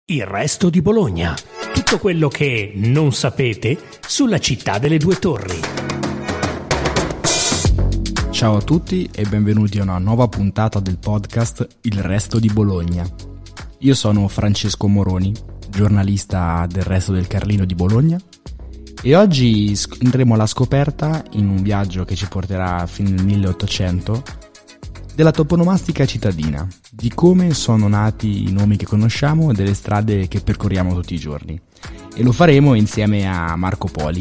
Il resto di Bologna. Tutto quello che non sapete sulla città delle due torri. Ciao a tutti e benvenuti a una nuova puntata del podcast Il resto di Bologna. Io sono Francesco Moroni, giornalista del Resto del Carlino di Bologna, e oggi andremo alla scoperta, in un viaggio che ci porterà fino nel 1800, della toponomastica cittadina, di come sono nati i nomi che conosciamo e delle strade che percorriamo tutti i giorni. E lo faremo insieme a Marco Poli.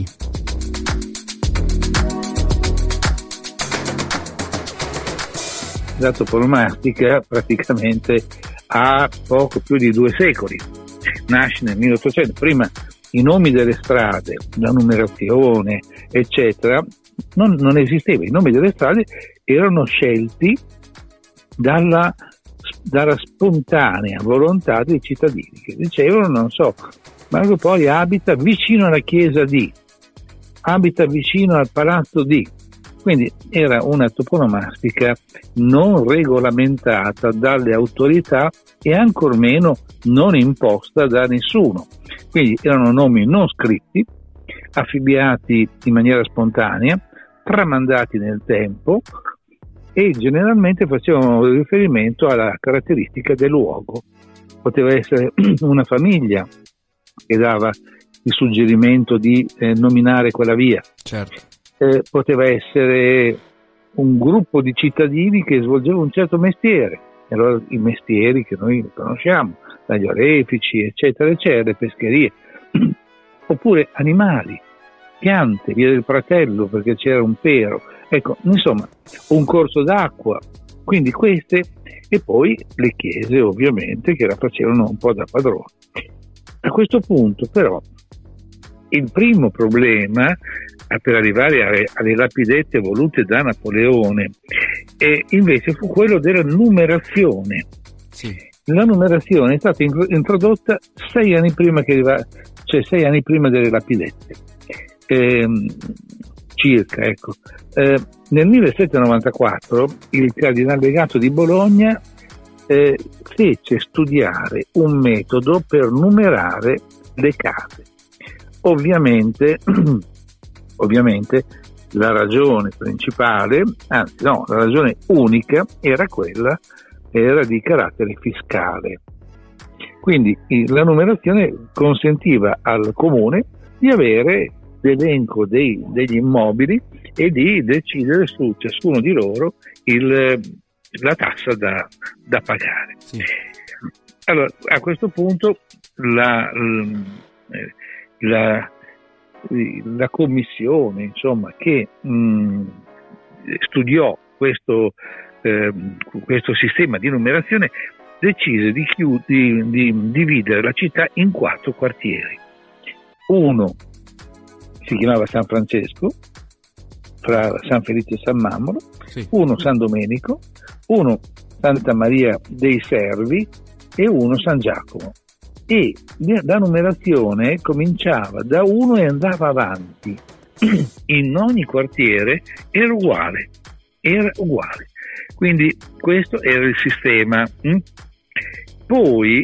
La toponomastica praticamente ha poco più di 2 secoli, nasce nel 1800. Prima i nomi delle strade, la numerazione, eccetera, non esisteva. I nomi delle strade erano scelti dalla spontanea volontà dei cittadini, che dicevano, non so, Marco Poli abita vicino alla chiesa di, abita vicino al palazzo di. Quindi era una toponomastica non regolamentata dalle autorità e ancor meno non imposta da nessuno. Quindi erano nomi non scritti, affibbiati in maniera spontanea, tramandati nel tempo, e generalmente facevano riferimento alla caratteristica del luogo. Poteva essere una famiglia che dava il suggerimento di nominare quella via. Certo. Poteva essere un gruppo di cittadini che svolgeva un certo mestiere, e allora i mestieri che noi conosciamo, dagli orefici, eccetera, eccetera, le pescherie, oppure animali, piante, via del Pratello perché c'era un pero. Ecco, insomma, un corso d'acqua, quindi queste, e poi le chiese ovviamente che la facevano un po' da padrone. A questo punto però il primo problema per arrivare alle lapidette volute da Napoleone invece fu quello della numerazione. Sì. La numerazione è stata introdotta 6 anni prima cioè 6 anni prima delle lapidette. Circa, ecco. Nel 1794 il cardinale legato di Bologna fece studiare un metodo per numerare le case. Ovviamente la ragione principale, la ragione unica era di carattere fiscale. Quindi la numerazione consentiva al comune di avere l'elenco degli immobili e di decidere su ciascuno di loro la tassa da pagare. Sì. Allora, a questo punto la commissione, insomma, che studiò questo sistema di numerazione decise di dividere la città in 4 quartieri. Uno si chiamava San Francesco, fra San Felice e San Mammolo, Sì. Uno San Domenico, uno Santa Maria dei Servi e uno San Giacomo. E la numerazione cominciava da 1 e andava avanti. In ogni quartiere era uguale. Quindi questo era il sistema. Poi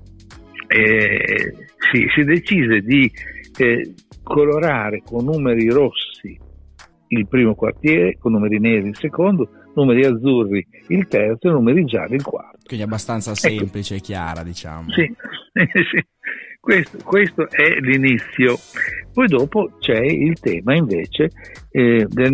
si decise di colorare con numeri rossi il primo quartiere, con numeri neri il secondo, numeri azzurri il terzo e numeri gialli il quarto. Quindi abbastanza semplice e chiara, diciamo. Sì. Questo è l'inizio. Poi dopo c'è il tema invece del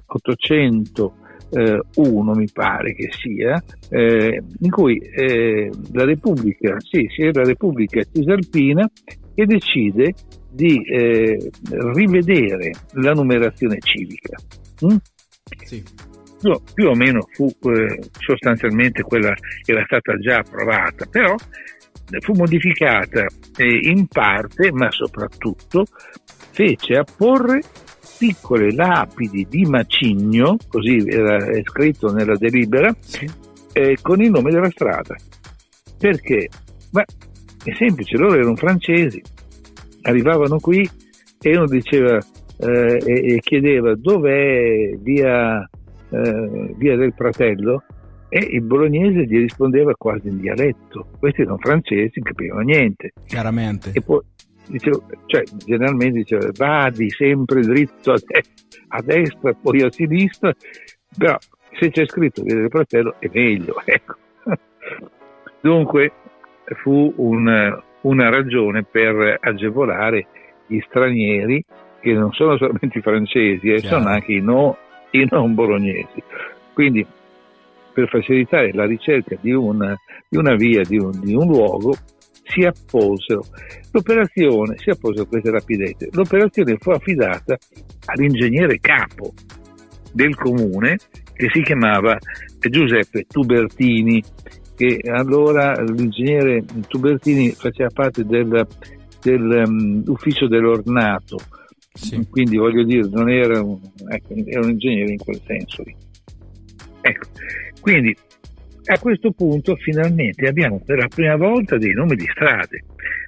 1801, mi pare che sia, in cui la Repubblica Cisalpina che decide di rivedere la numerazione civica. Sì. Più o meno fu sostanzialmente quella che era stata già approvata, però fu modificata in parte, ma soprattutto fece apporre piccole lapidi di macigno, così era scritto nella delibera, con il nome della strada. Perché? Beh, è semplice, loro erano francesi, arrivavano qui e uno diceva e chiedeva dov'è via del Pratello, e il bolognese gli rispondeva quasi in dialetto. Questi erano francesi, non capivano niente. Chiaramente. E poi generalmente diceva vadi sempre dritto a destra, poi a sinistra, però se c'è scritto Via del Pratello è meglio, ecco. Dunque fu una ragione per agevolare gli stranieri, che non sono solamente i francesi, sono anche i non bolognesi. Quindi per facilitare la ricerca di una via, di un luogo, si apposero queste rapidette. L'operazione fu affidata all'ingegnere capo del comune, che si chiamava Giuseppe Tubertini, che allora l'ingegnere Tubertini faceva parte dell'ufficio dell'ornato, sì. Quindi voglio dire, non era era un ingegnere in quel senso lì. Ecco, quindi a questo punto finalmente abbiamo per la prima volta dei nomi di strade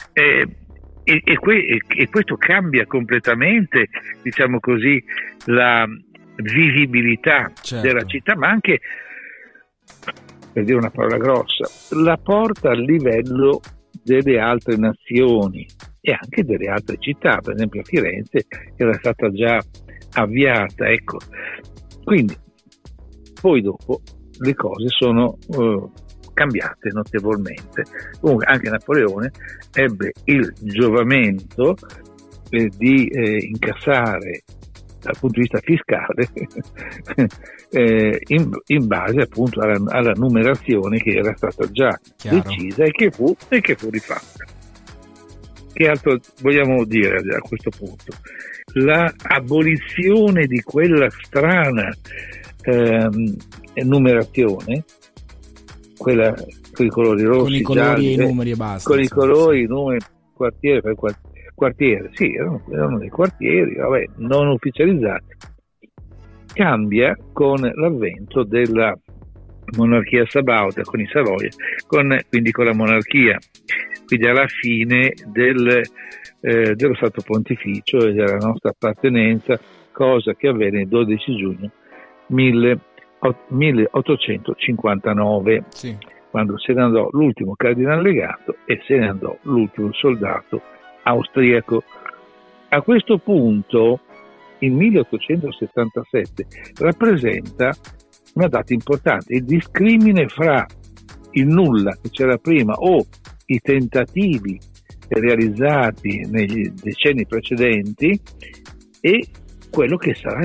e questo cambia completamente, diciamo così, la vivibilità della città, ma anche, per dire una parola grossa, la porta al livello delle altre nazioni e anche delle altre città. Per esempio a Firenze era stata già avviata, ecco. Quindi poi dopo le cose sono cambiate notevolmente. Comunque anche Napoleone ebbe il giovamento di incassare dal punto di vista fiscale in base appunto alla numerazione che era stata già decisa e che fu rifatta. Che altro vogliamo dire a questo punto? La abolizione di quella strana numerazione, quella con i colori rossi, con i colori e i numeri e basta, con i colori, i numeri, quartiere per quartiere, sì, erano dei quartieri, non ufficializzati. Cambia con l'avvento della monarchia sabauda, con i Savoia, quindi con la monarchia, quindi alla fine dello Stato Pontificio e della nostra appartenenza, cosa che avvenne il 12 giugno 1859, sì. Quando se ne andò l'ultimo cardinale legato e se ne andò l'ultimo soldato austriaco. A questo punto il 1877 rappresenta una data importante, il discrimine fra il nulla che c'era prima o i tentativi realizzati negli decenni precedenti e quello che sarà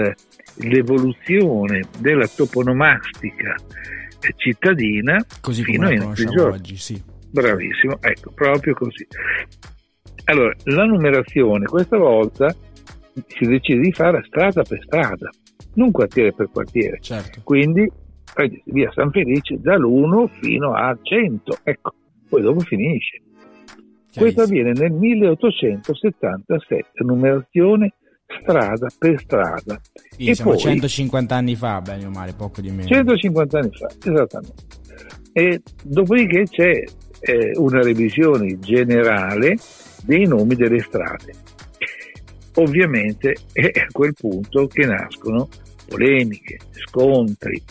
l'evoluzione della toponomastica cittadina così fino come ai la nostri conosciamo giorni. Oggi, sì. Bravissimo, ecco, proprio così. Allora, la numerazione questa volta si decide di fare strada per strada, non quartiere per quartiere. Certo. Quindi via San Felice dall'1 fino a 100, ecco, poi dopo finisce. Questo avviene nel 1877, numerazione strada per strada. Sì, e siamo poi 150 anni fa, bene o male, poco di meno. 150 anni fa, esattamente. E dopodiché c'è una revisione generale dei nomi delle strade. Ovviamente è a quel punto che nascono polemiche, scontri,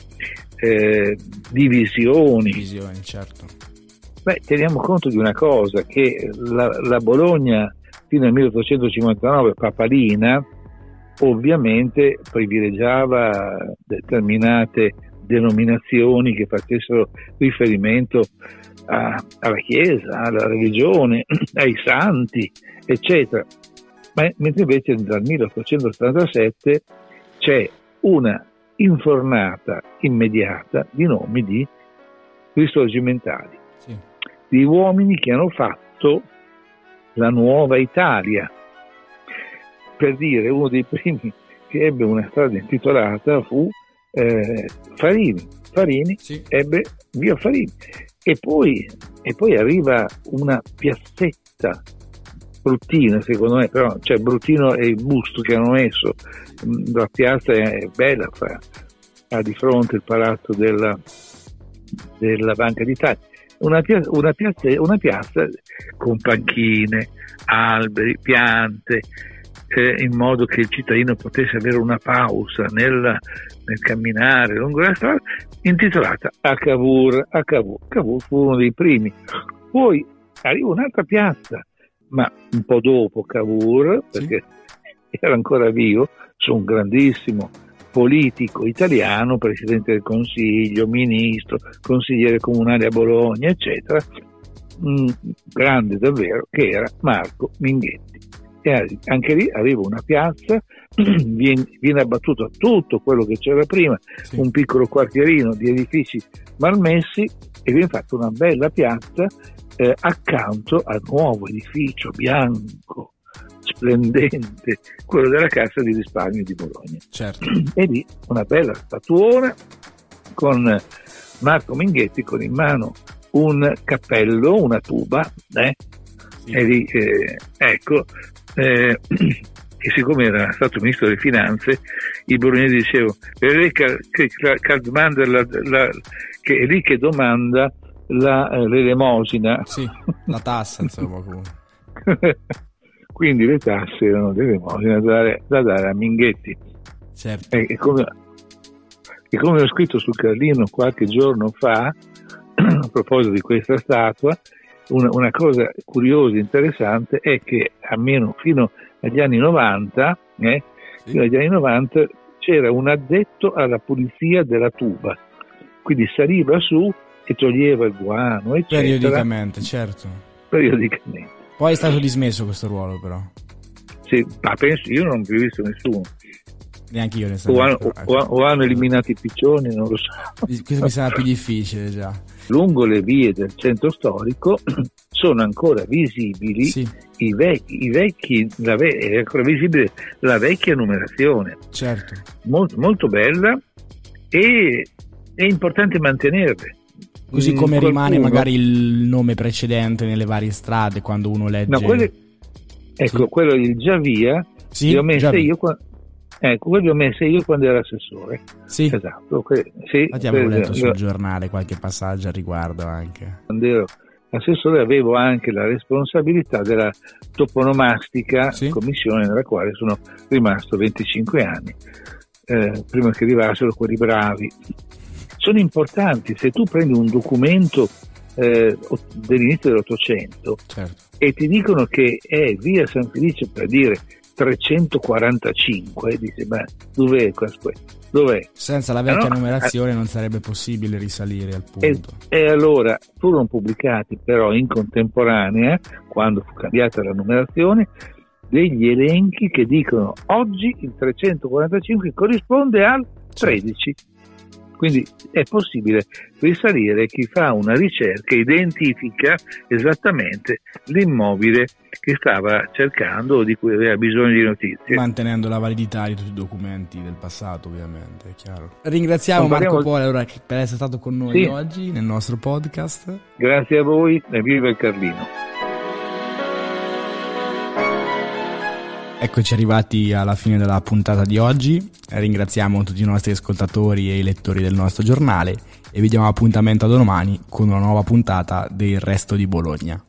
divisioni. Certo. Teniamo conto di una cosa, che la Bologna fino al 1859 papalina ovviamente privilegiava determinate denominazioni che facessero riferimento alla Chiesa, alla religione, ai santi, eccetera. Mentre invece dal 1877 c'è una infornata immediata di nomi di risorgimentali, sì, di uomini che hanno fatto la nuova Italia. Per dire, uno dei primi che ebbe una strada intitolata fu Farini, sì. Ebbe via Farini, e poi arriva una piazzetta bruttina, secondo me, però Bruttino è il busto che hanno messo, la piazza è bella, ha di fronte il palazzo della Banca d'Italia, una piazza con panchine, alberi, piante, in modo che il cittadino potesse avere una pausa nel camminare lungo la strada, intitolata a Cavour. Cavour fu uno dei primi. Poi arriva un'altra piazza, ma un po' dopo Cavour, perché era ancora vivo, su un grandissimo politico italiano, presidente del Consiglio, ministro, consigliere comunale a Bologna, eccetera, grande davvero, che era Marco Minghetti. E anche lì arriva una piazza, viene abbattuto tutto quello che c'era prima, un piccolo quartierino di edifici malmessi, e viene fatta una bella piazza accanto al nuovo edificio bianco splendente, quello della Cassa di Risparmio di Bologna. Certo. E lì una bella statuona con Marco Minghetti con in mano un cappello, una tuba, e lì e siccome era stato ministro delle finanze, i bolognesi dicevano è lì che domanda l'elemosina, la tassa, insomma. Quindi le tasse erano dell'elemosina da dare a Minghetti. Certo. E come ho scritto sul Carlino qualche giorno fa, a proposito di questa statua, una cosa curiosa e interessante è che almeno fino agli anni 90, c'era un addetto alla pulizia della tuba, quindi saliva su e toglieva il guano, eccetera. Periodicamente, certo. Periodicamente. Poi è stato dismesso questo ruolo, però. Sì, ma penso, io non ho più visto nessuno. Neanche io ne so. O hanno eliminato i piccioni, non lo so. Questo mi sembra più difficile già. Lungo le vie del centro storico sono ancora visibili i vecchi, è ancora visibile la vecchia numerazione. Certo. Molto, molto bella, e è importante mantenerle. Così come rimane magari il nome precedente nelle varie strade quando uno legge. No, quello il Giavia, sì, li ho messe io quelli li ho messe io quando ero assessore. Sì. Esatto. Infatti avevo letto sul giornale qualche passaggio al riguardo anche. Quando ero assessore avevo anche la responsabilità della toponomastica, commissione nella quale sono rimasto 25 anni, prima che arrivassero quelli bravi. Sono importanti. Se tu prendi un documento dell'inizio dell'Ottocento, certo, e ti dicono che è via San Felice, per dire 345, dice ma dov'è questo? Dov'è? Senza la vecchia numerazione non sarebbe possibile risalire al punto. E allora furono pubblicati però in contemporanea, quando fu cambiata la numerazione, degli elenchi che dicono oggi il 345 corrisponde al 13. Quindi è possibile risalire. Chi fa una ricerca identifica esattamente l'immobile che stava cercando o di cui aveva bisogno di notizie. Mantenendo la validità di tutti i documenti del passato, ovviamente, è chiaro. Ringraziamo Marco Polo allora per essere stato con noi oggi nel nostro podcast. Grazie a voi e viva il Carlino. Eccoci arrivati alla fine della puntata di oggi, ringraziamo tutti i nostri ascoltatori e i lettori del nostro giornale e vi diamo appuntamento a domani con una nuova puntata del Resto di Bologna.